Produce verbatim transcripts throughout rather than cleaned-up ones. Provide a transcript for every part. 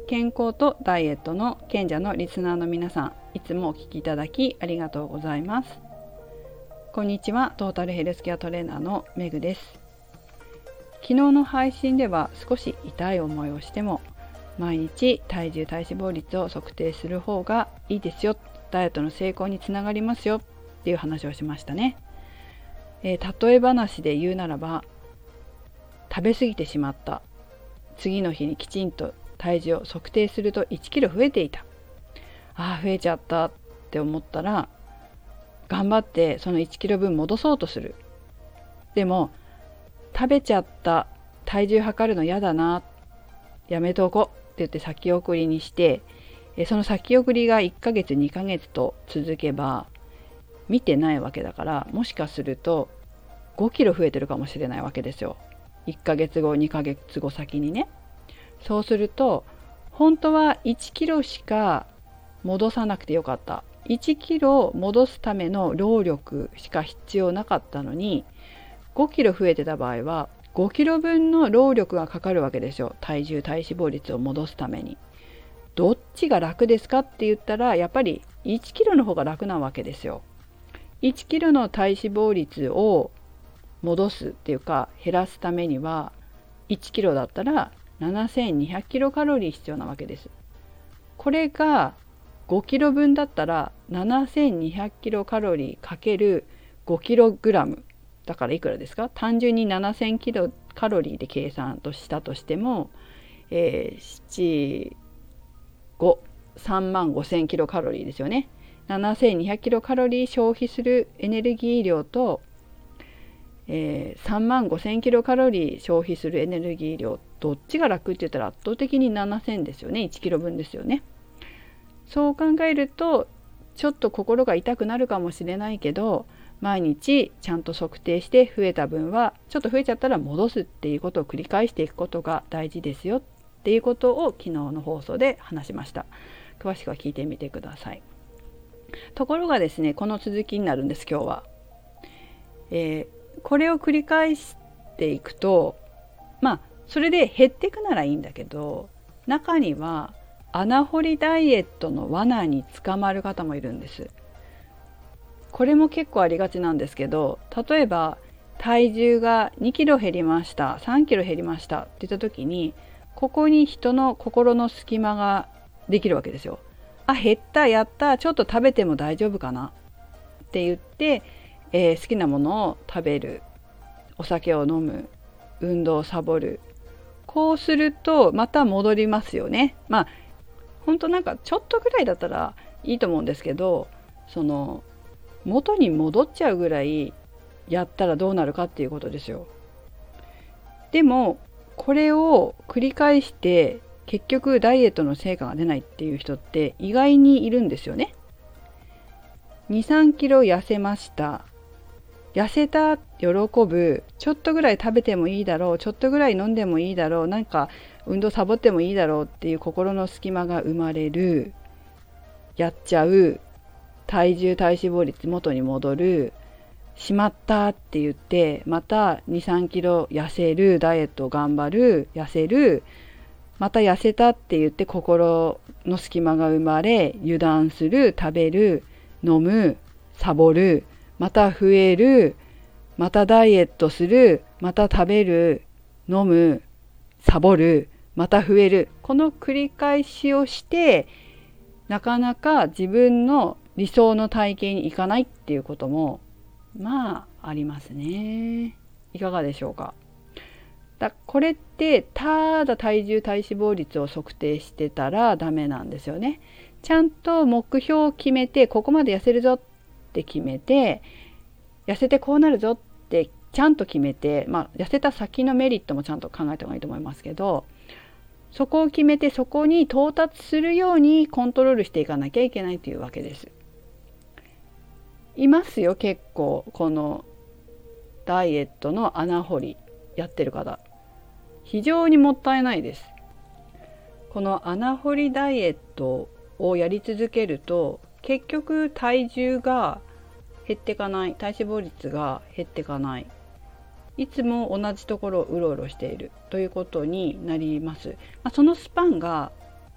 健康とダイエットの賢者のリスナーの皆さん、いつもお聞きいただきありがとうございます。こんにちは。トータルヘルスケアトレーナーのメグです。昨日の配信では少し痛い思いをしても毎日体重体脂肪率を測定する方がいいですよ、ダイエットの成功につながりますよっていう話をしましたね。えー、例え話で言うならば、食べ過ぎてしまった、次の日にきちんと体重を測定するといちキロ増えていた、ああ増えちゃったって思ったら頑張ってそのいちキロぶん戻そうとする。でも食べちゃった、体重測るの嫌だな、やめとこうって言って先送りにして、その先送りがいっかげつにかげつと続けば見てないわけだから、もしかするとごキロ増えてるかもしれないわけですよ。いっかげつごにかげつご先にね。そうすると本当はいちキロしか戻さなくてよかった、いちキロ戻すための労力しか必要なかったのに、ごキロ増えてた場合はごキロぶんの労力がかかるわけですよ。体重体脂肪率を戻すために。どっちが楽ですかって言ったら、やっぱりいちキロの方が楽なわけですよ。いちキロの体脂肪率を戻すっていうか減らすためにはいちキロだったらななせんにひゃくキロカロリー必要なわけです。これがごキロぶんだったらななせんにひゃくキロカロリーかけるごキログラムだからいくらですか。単純にななせんキロカロリーで計算としたとしても、えー、なな、ご、さんまんごせんキロカロリーですよね。ななせんにひゃくキロカロリー消費するエネルギー量と、えー、さんまんごせんキロカロリー消費するエネルギー量、どっちが楽って言ったら圧倒的にななせんですよね。いちキロぶんですよね。そう考えるとちょっと心が痛くなるかもしれないけど、毎日ちゃんと測定して増えた分はちょっと増えちゃったら戻すっていうことを繰り返していくことが大事ですよっていうことを昨日の放送で話しました。詳しくは聞いてみてください。ところがですね、この続きになるんです今日は。えーこれを繰り返していくと、まあそれで減っていくならいいんだけど、中には穴掘りダイエットの罠に捕まる方もいるんです。これも結構ありがちなんですけど、例えば体重がにキロ減りました、さんキロ減りましたって言った時に、ここに人の心の隙間ができるわけですよ。あ、減った、やった、ちょっと食べても大丈夫かなって言ってえー、好きなものを食べる、お酒を飲む、運動をサボる、こうするとまた戻りますよね。まあ本当なんかちょっとぐらいだったらいいと思うんですけど、その元に戻っちゃうぐらいやったらどうなるかっていうことですよ。でもこれを繰り返して結局ダイエットの成果が出ないっていう人って意外にいるんですよね。に、さんキロ痩せました、痩せた喜ぶ、ちょっとぐらい食べてもいいだろう、ちょっとぐらい飲んでもいいだろう、なんか運動サボってもいいだろうっていう心の隙間が生まれる、やっちゃう、体重体脂肪率元に戻る、しまったって言ってまたに、さんキロ痩せる、ダイエットを頑張る、痩せる、また痩せたって言って心の隙間が生まれ、油断する、食べる、飲む、サボる、また増える、またダイエットする、また食べる、飲む、サボる、また増える、この繰り返しをしてなかなか自分の理想の体型にいかないっていうこともまあありますね。いかがでしょうか。だこれってただ体重体脂肪率を測定してたらダメなんですよね。ちゃんと目標を決めて、ここまで痩せるぞって決めて、痩せてこうなるぞってちゃんと決めて、まあ痩せた先のメリットもちゃんと考えた方がいいと思いますけど、そこを決めてそこに到達するようにコントロールしていかなきゃいけないというわけです。いますよ結構このダイエットの穴掘りやってる方、非常にもったいないです。この穴掘りダイエットをやり続けると結局体重が減っていかない、体脂肪率が減っていかない、いつも同じところをうろうろしているということになります。まあ、そのスパンが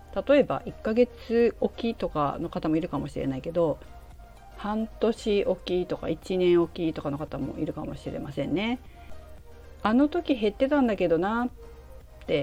例えばいっかげつおきとかの方もいるかもしれないけど、半年おきとかいちねんおきとかの方もいるかもしれませんね。あの時減ってたんだけどなって、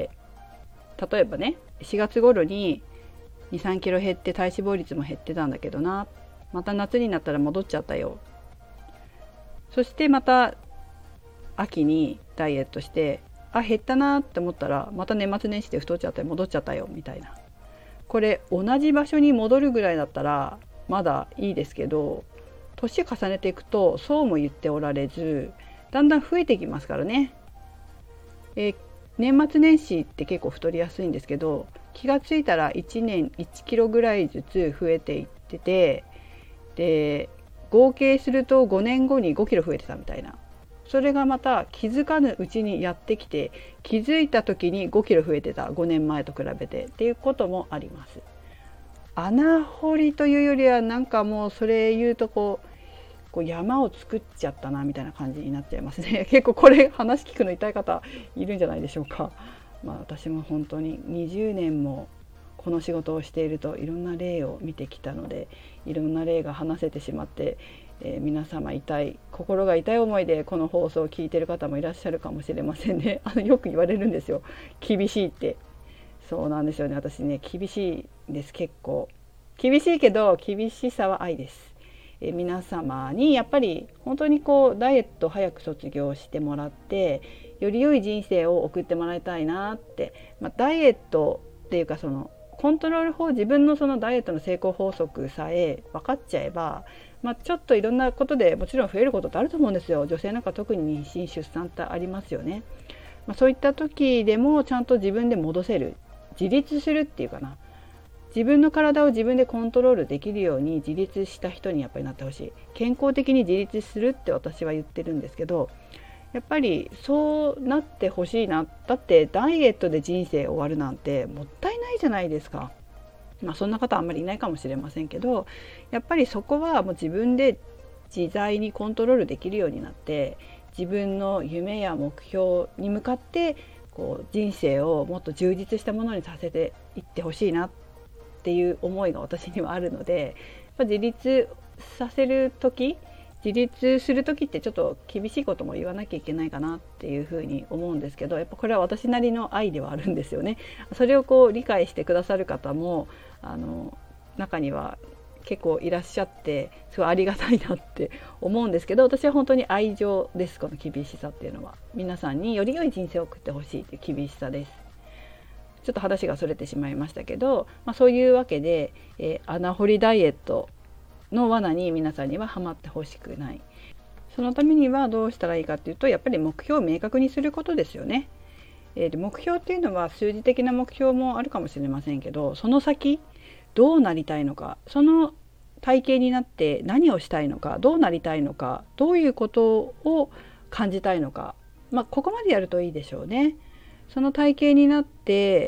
例えばねしがつ頃ににさんキロ減って体脂肪率も減ってたんだけどな、また夏になったら戻っちゃったよ、そしてまた秋にダイエットしてあ減ったなって思ったらまた年末年始で太っちゃったり戻っちゃったよみたいな、これ同じ場所に戻るぐらいだったらまだいいですけど、年重ねていくとそうも言っておられず、だんだん増えてきますからね。えー、年末年始って結構太りやすいんですけど、気がついたらいちねんいちキロぐらいずつ増えていってて、で合計するとごねんごにごキロ増えてたみたいな、それがまた気づかぬうちにやってきて、気づいた時にごキロ増えてた、ごねんまえと比べてっていうこともあります。穴掘りというよりはなんかもうそれ言うとこうこう山を作っちゃったなみたいな感じになっちゃいますね。結構これ話聞くの痛い方いるんじゃないでしょうか。まあ、私も本当ににじゅうねんもこの仕事をしているといろんな例を見てきたので、いろんな例が話せてしまって、えー、皆様痛い心が痛い思いでこの放送を聞いている方もいらっしゃるかもしれませんね。あのよく言われるんですよ、厳しいって。そうなんですよね、私ね厳しいです。結構厳しいけど厳しさは愛です。え皆様にやっぱり本当にこうダイエット早く卒業してもらってより良い人生を送ってもらいたいなって、まあ、ダイエットっていうかそのコントロール法、自分のそのダイエットの成功法則さえ分かっちゃえば、まあ、ちょっといろんなことでもちろん増えることってあると思うんですよ。女性なんか特に妊娠出産ってありますよね。まあ、そういった時でもちゃんと自分で戻せる、自立するっていうかな、自分の体を自分でコントロールできるように自立した人にやっぱりなってほしい。健康的に自立するって私は言ってるんですけど、やっぱりそうなってほしいな。だってダイエットで人生終わるなんてもったいないじゃないですか。まあそんな方あんまりいないかもしれませんけど、やっぱりそこはもう自分で自在にコントロールできるようになって、自分の夢や目標に向かってこう人生をもっと充実したものにさせていってほしいなっていう思いが私にはあるので、やっぱ自立させる時、自立する時ってちょっと厳しいことも言わなきゃいけないかなっていうふうに思うんですけど、やっぱこれは私なりの愛ではあるんですよね。それをこう理解してくださる方もあの中には結構いらっしゃって、すごいありがたいなって思うんですけど、私は本当に愛情です。この厳しさっていうのは皆さんにより良い人生を送ってほしいという厳しさです。ちょっと話がそれてしまいましたけど、まあ、そういうわけで、えー、穴掘りダイエットの罠に皆さんにはハマってほしくない。そのためにはどうしたらいいかっていうと、やっぱり目標を明確にすることですよね。えー、で目標っていうのは数字的な目標もあるかもしれませんけど、その先どうなりたいのか、その体型になって何をしたいのか、どうなりたいのか、どういうことを感じたいのか、まあ、ここまでやるといいでしょうね。その体型になって、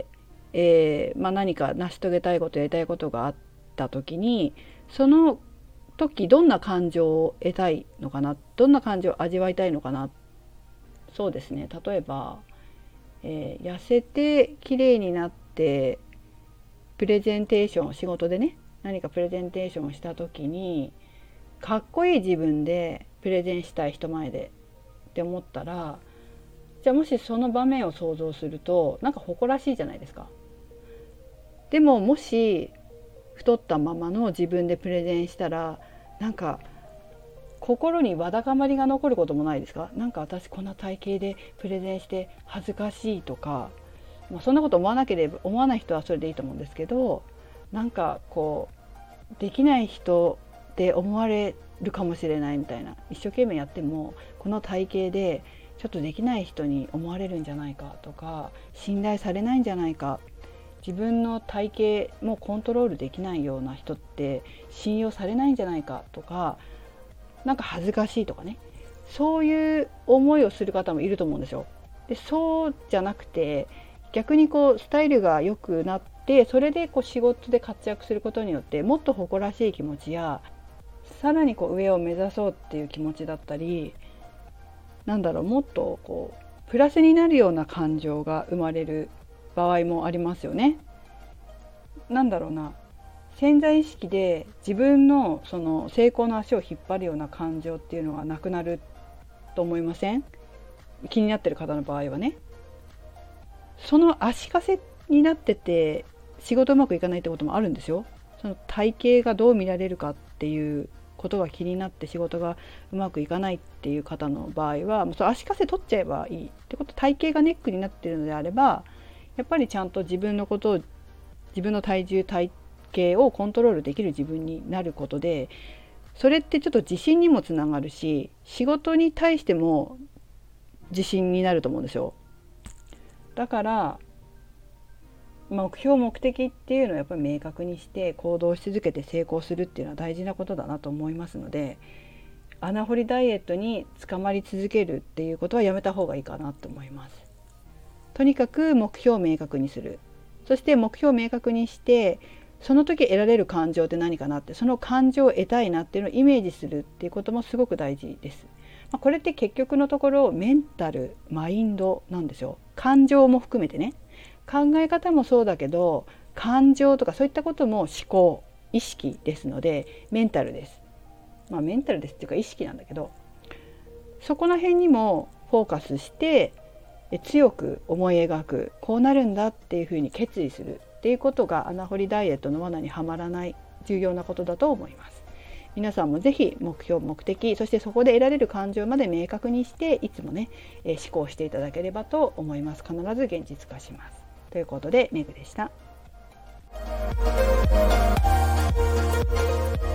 えーまあ、何か成し遂げたいことやりたいことがあった時に、その時どんな感情を得たいのかな、どんな感情を味わいたいのかな。そうですね、例えば、えー、痩せて綺麗になってプレゼンテーション、仕事でね何かプレゼンテーションをした時にかっこいい自分でプレゼンしたい、人前でって思ったら、じゃあもしその場面を想像するとなんか誇らしいじゃないですか。でももし太ったままの自分でプレゼンしたら、なんか心にわだかまりが残ることもないですか？なんか私こんな体型でプレゼンして恥ずかしいとか、まあ、そんなこと思わなければ、思わない人はそれでいいと思うんですけど、なんかこうできない人って思われるかもしれないみたいな、一生懸命やってもこの体型でちょっとできない人に思われるんじゃないかとか、信頼されないんじゃないか、自分の体型もコントロールできないような人って信用されないんじゃないかとか、なんか恥ずかしいとかね、そういう思いをする方もいると思うんですよ。でそうじゃなくて、逆にこうスタイルが良くなって、それでこう仕事で活躍することによってもっと誇らしい気持ちや、さらにこう上を目指そうっていう気持ちだったり、なんだろう、もっとこうプラスになるような感情が生まれる場合もありますよね。 なんだろうな、潜在意識で自分のその成功の足を引っ張るような感情っていうのはなくなると思いません？気になってる方の場合はね。その足かせになってて仕事うまくいかないってこともあるんですよ。その体型がどう見られるかっていうことが気になって仕事がうまくいかないっていう方の場合は、もうその足かせ取っちゃえばいいってこと。体型がネックになっているのであれば、やっぱりちゃんと自分のことを、自分の体重体型をコントロールできる自分になることで、それってちょっと自信にもつながるし、仕事に対しても自信になると思うんですよ。だから目標目的っていうのをやっぱり明確にして行動し続けて成功するっていうのは大事なことだなと思いますので、穴掘りダイエットに捕まり続けるっていうことはやめた方がいいかなと思います。とにかく目標を明確にする。そして目標を明確にして、その時得られる感情って何かなって、その感情を得たいなっていうのをイメージするっていうこともすごく大事です。まあ、これって結局のところメンタル、マインドなんですよ。感情も含めてね。考え方もそうだけど、感情とかそういったことも思考、意識ですのでメンタルです。まあメンタルですっていうか意識なんだけど、そこの辺にもフォーカスして強く思い描く、こうなるんだっていうふうに決意するっていうことが穴掘りダイエットの罠にはまらない重要なことだと思います。皆さんもぜひ目標、目的、そしてそこで得られる感情まで明確にしていつもね、えー、思考していただければと思います。必ず現実化します。ということで、メグでした。